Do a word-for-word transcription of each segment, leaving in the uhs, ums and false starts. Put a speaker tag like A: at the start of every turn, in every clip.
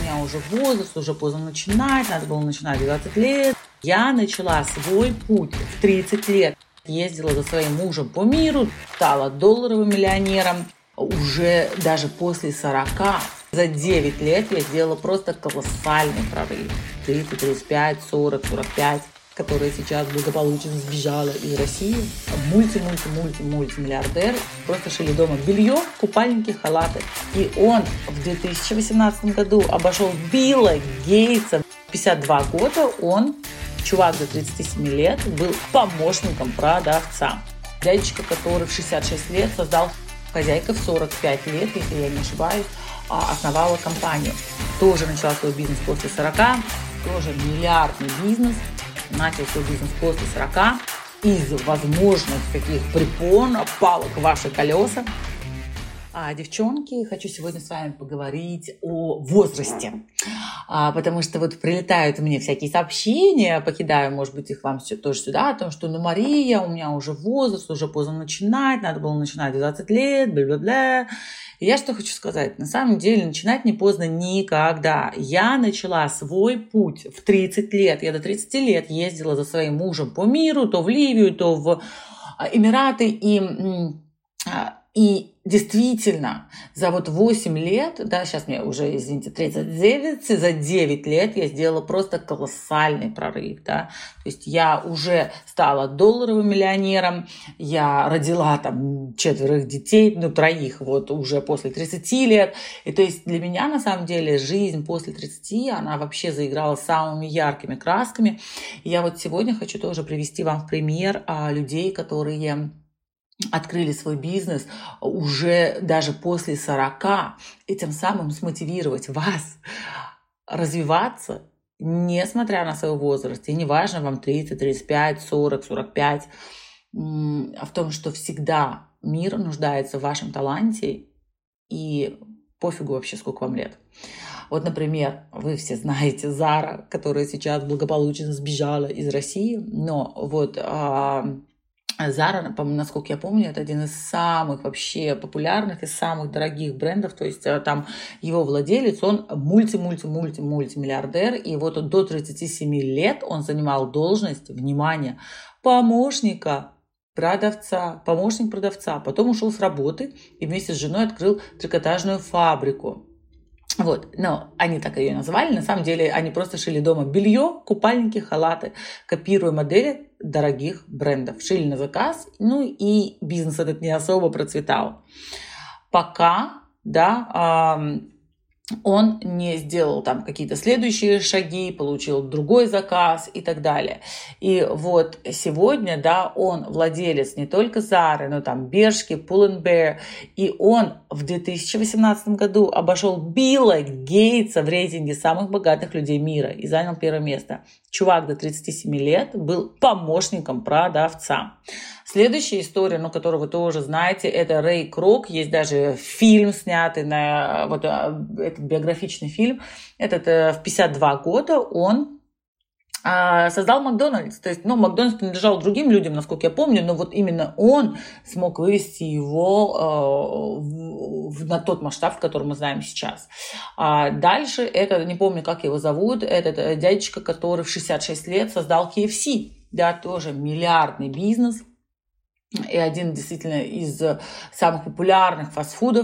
A: меня уже возраст, уже поздно начинать, надо было начинать в двадцать лет. Я начала свой путь в тридцать лет. Ездила за своим мужем по миру, стала долларовым миллионером. Уже даже после сорока, за девять лет я сделала просто колоссальный прорыв. тридцать, тридцать пять, сорок, сорок пять, которая сейчас благополучно сбежала из России. Мульти-мульти-мульти-мультимиллиардер. Просто шили дома белье, купальники, халаты. И он в две тысячи восемнадцатом году обошел Билла Гейтса. В пятьдесят два года он, чувак до тридцати семи лет, был помощником продавца. Дядечка, который в шестьдесят шесть лет создал, хозяйка в сорок пять лет, если я не ошибаюсь, основала компанию. Тоже начала свой бизнес после сорока, тоже миллиардный бизнес. Начал свой бизнес после сорока. Из возможных таких препон, палок ваши колеса. А, девчонки, хочу сегодня с вами поговорить о возрасте. А, потому что вот прилетают мне всякие сообщения, покидаю, может быть, их вам все, тоже сюда, о том, что, ну, Мария, у меня уже возраст, уже поздно начинать, надо было начинать в двадцать лет, бла-бла-бла. И я что хочу сказать, на самом деле начинать не поздно никогда. Я начала свой путь в тридцать лет, я до тридцати лет ездила за своим мужем по миру, то в Ливию, то в Эмираты, и... И действительно, за вот восемь лет, да, сейчас мне уже, извините, тридцать девять, за девять лет я сделала просто колоссальный прорыв, да. То есть я уже стала долларовым миллионером, я родила там четверых детей, ну, троих вот уже после тридцати лет. И то есть для меня, на самом деле, жизнь после тридцати, она вообще заиграла самыми яркими красками. И я вот сегодня хочу тоже привести вам в пример а, людей, которые... открыли свой бизнес уже даже после сорока, и тем самым смотивировать вас развиваться, несмотря на свой возраст. И неважно, вам тридцать, тридцать пять, сорок, сорок пять, а в том, что всегда мир нуждается в вашем таланте, и пофигу вообще, сколько вам лет. Вот, например, вы все знаете Зара, которая сейчас благополучно сбежала из России, но вот... Зара, насколько я помню, это один из самых вообще популярных и самых дорогих брендов. То есть там его владелец, он мульти-мульти-мульти-мультимиллиардер. И вот до тридцати семи лет он занимал должность, внимание, помощника продавца, помощник продавца. Потом ушел с работы и вместе с женой открыл трикотажную фабрику. Вот, но они так ее назвали. На самом деле они просто шили дома белье, купальники, халаты, копируя модели дорогих брендов. Шили на заказ, ну и бизнес этот не особо процветал. Пока, да, он не сделал там какие-то следующие шаги, получил другой заказ и так далее. И вот сегодня, да, он владелец не только Зары, но там Бершки, Pull and Bear. И он в две тысячи восемнадцатом году обошел Билла Гейтса в рейтинге самых богатых людей мира и занял первое место. Чувак до тридцати семи лет был помощником продавца. Следующая история, ну, которую вы тоже знаете, это Рэй Крок. Есть даже фильм, снятый на вот этот биографичный фильм. Этот в пятьдесят два года он создал Макдональдс. То есть, ну, Макдональдс принадлежал другим людям, насколько я помню, но вот именно он смог вывести его э, в, на тот масштаб, в котором мы знаем сейчас. А дальше, это, не помню, как его зовут, этот дядечка, который в шестьдесят шесть лет создал кей эф си. Да, тоже миллиардный бизнес. И один действительно из самых популярных фастфудов.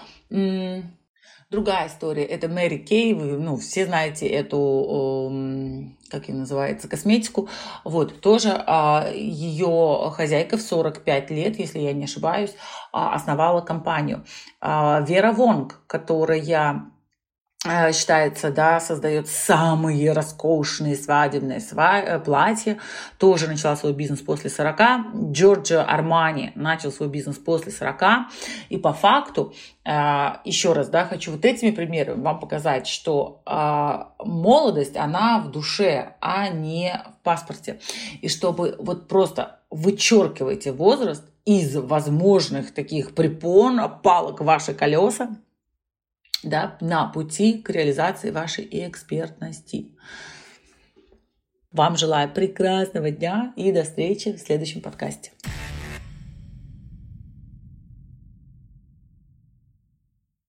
A: Другая история – это Мэри Кей. Вы, ну, все знаете эту, как ее называется, косметику. Вот, тоже ее хозяйка в сорок пять лет, если я не ошибаюсь, основала компанию. Вера Вонг, которая... считается, да, создает самые роскошные свадебные сва- платья. Тоже начала свой бизнес после сорока. Джорджо Армани начал свой бизнес после сорока. И по факту, еще раз, да, хочу вот этими примерами вам показать, что молодость, она в душе, а не в паспорте. И чтобы вот просто вычеркивайте возраст из возможных таких препон, палок ваши колеса, да, на пути к реализации вашей экспертности. Вам желаю прекрасного дня и до встречи в следующем подкасте.